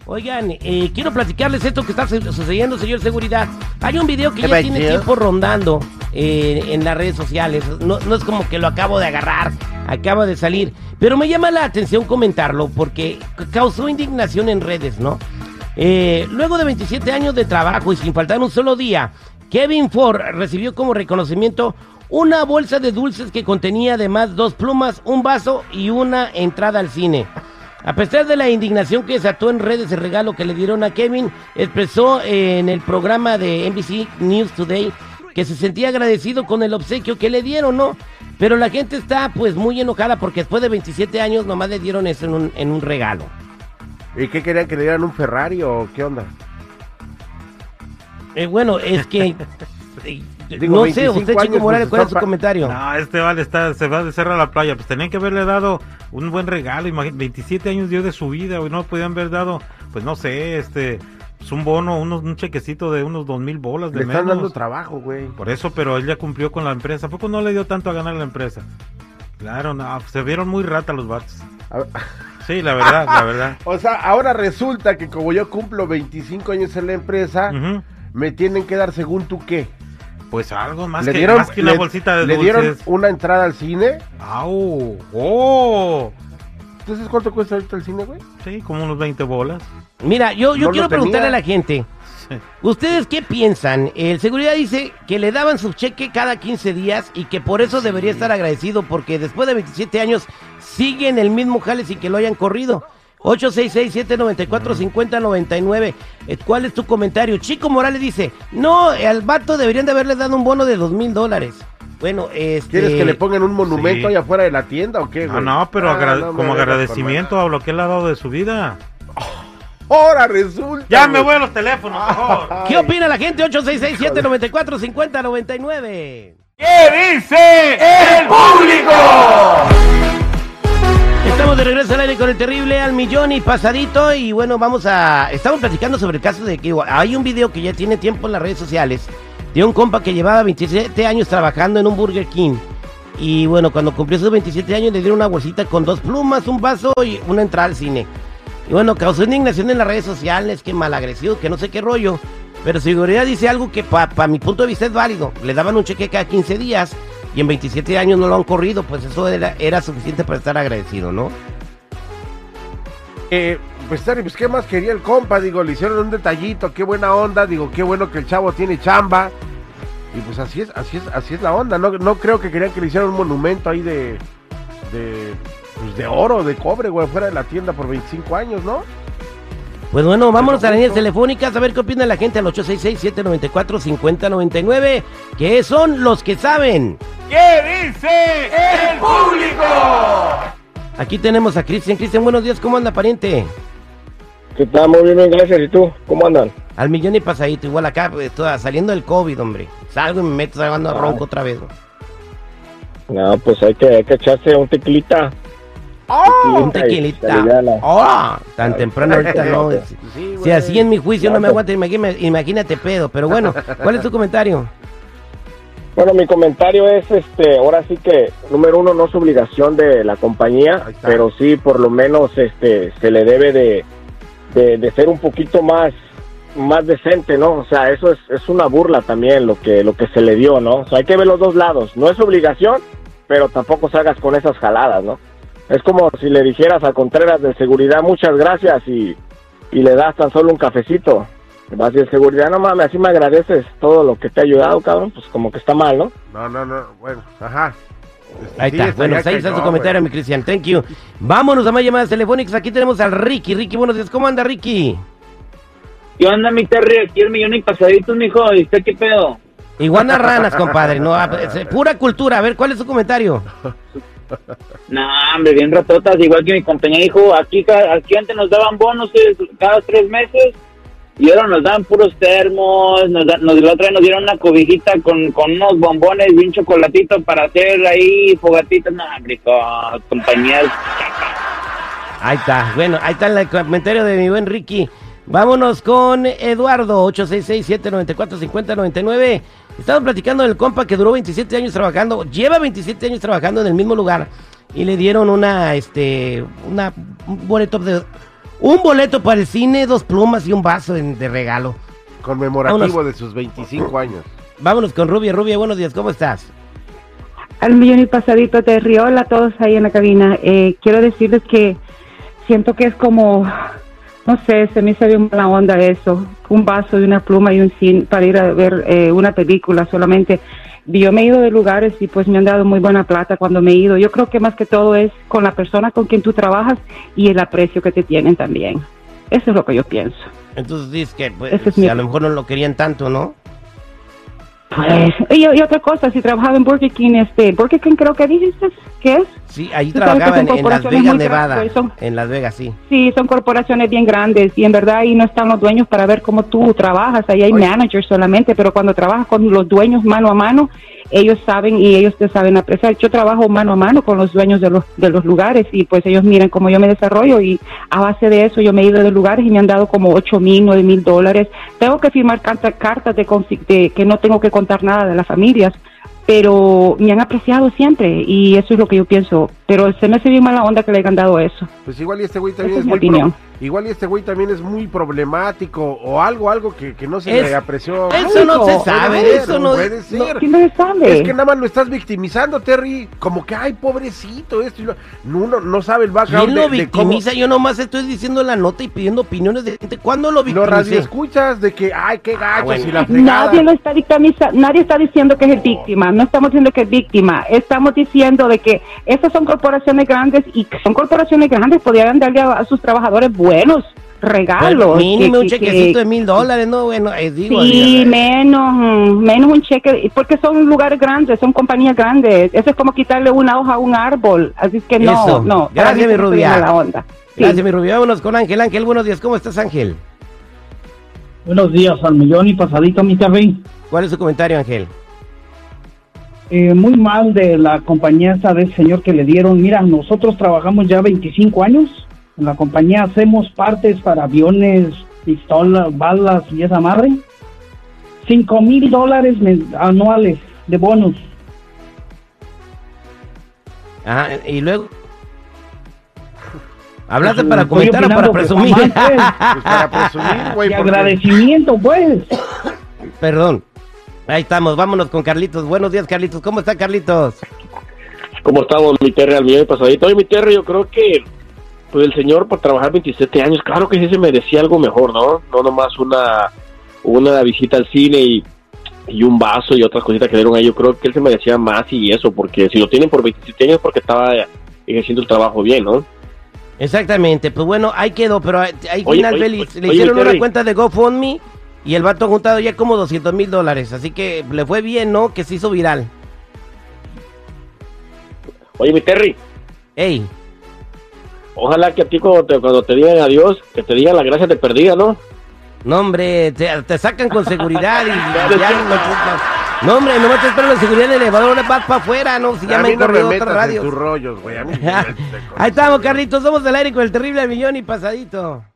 Oigan, quiero platicarles esto que está sucediendo, señor Seguridad. Hay un video que ya tiene tiempo rondando en las redes sociales. No es como que lo acabo de agarrar, acaba de salir. Pero me llama la atención comentarlo porque causó indignación en redes, ¿no? Luego de 27 años de trabajo y sin faltar un solo día, Kevin Ford recibió como reconocimiento una bolsa de dulces que contenía además 2 plumas, un vaso y una entrada al cine. A pesar de la indignación que desató en redes el regalo que le dieron a Kevin, expresó en el programa de NBC News Today que se sentía agradecido con el obsequio que le dieron, ¿no? Pero la gente está pues muy enojada porque después de 27 años nomás le dieron eso en un regalo. ¿Y qué querían, que le dieran un Ferrari o qué onda? Bueno, es que... no sé, usted Chico Morales, ¿cuál es su comentario? No, se va de cerrar a la playa, pues tenían que haberle dado un buen regalo, 27 años dio de su vida, güey, no podían haber dado, pues no sé, pues un bono, un chequecito de unos 2,000 bolas de menos. Le están dando trabajo, güey. Por eso, pero él ya cumplió con la empresa, ¿a poco no le dio tanto a ganar la empresa? Claro, no, se vieron muy rata los vatos. Sí, la verdad. O sea, ahora resulta que como yo cumplo 25 años en la empresa, me tienen que dar según tú qué. Pues algo más que una bolsita de dulces. ¿Le dieron una entrada al cine? ¡Au! ¡Oh! Entonces, ¿cuánto cuesta ahorita el cine, güey? Sí, como unos 20 bolas. Mira, yo quiero preguntarle a la gente, ¿ustedes qué piensan? El seguridad dice que le daban su cheque cada 15 días y que por eso debería estar agradecido porque después de 27 años sigue en el mismo jale sin que lo hayan corrido. 866-794-5099. ¿Cuál es tu comentario? Chico Morales dice, no, al vato deberían de haberle dado un bono de $2,000. Bueno, ¿Quieres que le pongan un monumento allá afuera de la tienda o qué, güey? No, pero como agradecimiento a lo que él ha dado de su vida. Ahora resulta. Ya me voy a los teléfonos, por favor. ¿Qué opina la gente? 866-794-5099. ¿Qué dice el público? Estamos de regreso al aire con el terrible Al Millón y pasadito. Y bueno, estamos platicando sobre el caso de que hay un video que ya tiene tiempo en las redes sociales de un compa que llevaba 27 años trabajando en un Burger King. Y bueno, cuando cumplió sus 27 años le dieron una bolsita con 2 plumas, un vaso y una entrada al cine. Y bueno, causó indignación en las redes sociales, que malagresivo, que no sé qué rollo. Pero seguridad dice algo que para mi punto de vista es válido. Le daban un cheque cada 15 días y en 27 años no lo han corrido, pues eso era suficiente para estar agradecido, ¿no? Pues ¿qué más quería el compa? Digo, le hicieron un detallito, qué buena onda, digo, qué bueno que el chavo tiene chamba. Y pues así es la onda, no creo que querían que le hicieran un monumento ahí de oro, de cobre, güey, fuera de la tienda por 25 años, ¿no? Pues bueno, vámonos a las líneas telefónicas a ver qué opina la gente al 866-794-5099, que son los que saben. ¿Qué dice el público? Aquí tenemos a Cristian. Cristian, buenos días, ¿cómo anda, pariente? ¿Qué tal? Muy bien, gracias. ¿Y tú? ¿Cómo andan? Al millón y pasadito, igual acá, saliendo del COVID, hombre. Salgo y me meto salgando a ronco otra vez, ¿no? No, pues hay que echarse un tequilita. Un tequilita. Tan temprano ahorita no. Si así en mi juicio no me aguanta, imagínate pedo. Pero bueno, ¿cuál es tu comentario? Bueno, mi comentario es, ahora sí que, número uno, no es obligación de la compañía, pero sí, por lo menos, se le debe de ser un poquito más decente, ¿no? O sea, eso es una burla también lo que se le dio, ¿no? O sea, hay que ver los dos lados. No es obligación, pero tampoco salgas con esas jaladas, ¿no? Es como si le dijeras a Contreras de seguridad, muchas gracias, y le das tan solo un cafecito. Vas a decir, seguridad, no mames, así me agradeces todo lo que te ha ayudado, cabrón, pues como que está mal, ¿no? No, bueno, ajá. Ahí está, bueno, ahí está su comentario, mi Cristian, thank you. Vámonos a más llamadas telefónicas, aquí tenemos al Ricky. Ricky, buenos días, ¿cómo anda, Ricky? ¿Qué onda, mi Terry? Aquí el millón y pasaditos, mijo, ¿y usted qué pedo? Iguanas ranas, compadre, no, pura cultura, a ver, ¿cuál es su comentario? No, hombre, bien ratotas, igual que mi compañero dijo, aquí antes nos daban bonos cada 3 meses, y ahora nos dan puros termos, la otra vez nos dieron una cobijita con unos bombones y un chocolatito para hacer ahí fogatitas, no, hombre, compañías. Ahí está, bueno, ahí está el comentario de mi buen Ricky. Vámonos con Eduardo, 866-794-5099. Estamos platicando del compa que duró 27 años trabajando, lleva 27 años trabajando en el mismo lugar y le dieron un boleto de un boleto para el cine, 2 plumas y un vaso de regalo. Conmemorativo Vámonos. de sus 25 años. Vámonos con Rubia. Rubia, buenos días, ¿cómo estás? Al millón y pasadito de Riola, todos ahí en la cabina. Quiero decirles que siento que es como, no sé, se me hizo bien mala onda eso. Un vaso y una pluma y un cine para ir a ver una película solamente. Yo me he ido de lugares y pues me han dado muy buena plata cuando me he ido. Yo creo que más que todo es con la persona con quien tú trabajas y el aprecio que te tienen también. Eso es lo que yo pienso. Entonces dices que pues, Ese es mi- a lo mejor no lo querían tanto, ¿no? Pues, y otra cosa, si trabajaba en Burger King, Burger King creo que dijiste, ¿qué es? Sí, ahí Tú sabes que trabajaba son en Las corporaciones Vegas, muy Nevada. grandes, son- En Las Vegas, sí. Sí, son corporaciones bien grandes y en verdad ahí no están los dueños para ver cómo tú trabajas, ahí hay managers solamente, pero cuando trabajas con los dueños mano a mano, ellos saben y ellos te saben apreciar. Yo trabajo mano a mano con los dueños de los lugares y pues ellos miran cómo yo me desarrollo y a base de eso yo me he ido de lugares y me han dado como $8,000, $9,000. Tengo que firmar cartas de que no tengo que contar nada de las familias, pero me han apreciado siempre y eso es lo que yo pienso, pero se me hace bien mala onda que le hayan dado eso. Pues igual y este güey también Esa es es mi muy opinión. igual y este güey también es muy problemático o algo que no se Es- le apreció. Eso no se sabe, Puede eso ser, no puede ser. ¿Quién lo sabe? Es que nada más lo estás victimizando, Terry, como que ay, pobrecito, esto y lo... Uno no sabe el background ¿Quién lo de cómo victimiza? Yo nomás estoy diciendo la nota y pidiendo opiniones de gente. ¿Cuándo lo los victimicé? radioescuchas de que ay, qué gachos bueno. y la fregada. Nadie lo está victimizando, nadie está diciendo que es víctima, no estamos diciendo que es víctima, estamos diciendo de que estas son corporaciones grandes y son corporaciones grandes, podrían darle a sus trabajadores buenos regalos. Bueno, mínimo un que- chequecito de $1,000, ¿no? Bueno, digo. Sí, menos un cheque, porque son lugares grandes, son compañías grandes. Eso es como quitarle una hoja a un árbol. Así es que no, Eso. no. Gracias, para mí mi eso rubia. es mala onda. Sí. Gracias, mi Rubio. Vámonos con Ángel. Ángel, buenos días. ¿Cómo estás, Ángel? Buenos días, al millón y pasadito, mi Terry. ¿Cuál es su comentario, Ángel? Muy mal de la compañía esa del señor que le dieron. Mira, nosotros trabajamos ya 25 años. En la compañía hacemos partes para aviones, pistolas, balas y esa madre. $5,000 anuales de bonus. Ah, y luego. ¿Hablaste Pues, para estoy comentar o para opinando que presumir? está mal, pues. Pues para presumir, güey, De porque- agradecimiento, pues. Perdón. Ahí estamos. Vámonos con Carlitos. Buenos días, Carlitos. ¿Cómo está, Carlitos? ¿Cómo estamos, mi Terry, al millón y pasadito? Oye, mi Terry, yo creo que pues el señor por trabajar 27 años, claro que sí se merecía algo mejor, ¿no? No nomás una visita al cine y un vaso y otras cositas que le dieron ahí. Yo creo que él se merecía más y eso, porque si lo tienen por 27 años porque estaba ejerciendo el trabajo bien, ¿no? Exactamente. Pues bueno, ahí quedó. Pero ahí Oye, final oye, feliz. Le oye, hicieron mi una Terry. cuenta de GoFundMe y el vato ha juntado ya como $200,000. Así que le fue bien, ¿no? Que se hizo viral. Oye, mi Terry, Ey. ojalá que a ti cuando te digan adiós, que te digan las gracias de perdida, ¿no? No, hombre, te sacan con seguridad y ya no, hombre, nomás te esperan la seguridad del elevador, ahora vas para afuera, no, si ya A me mí han no me corrido metas otras en radios. tus rollos, güey. A mí no me metas en Ahí estamos, Carlitos, somos del aire con el terrible al millón y pasadito.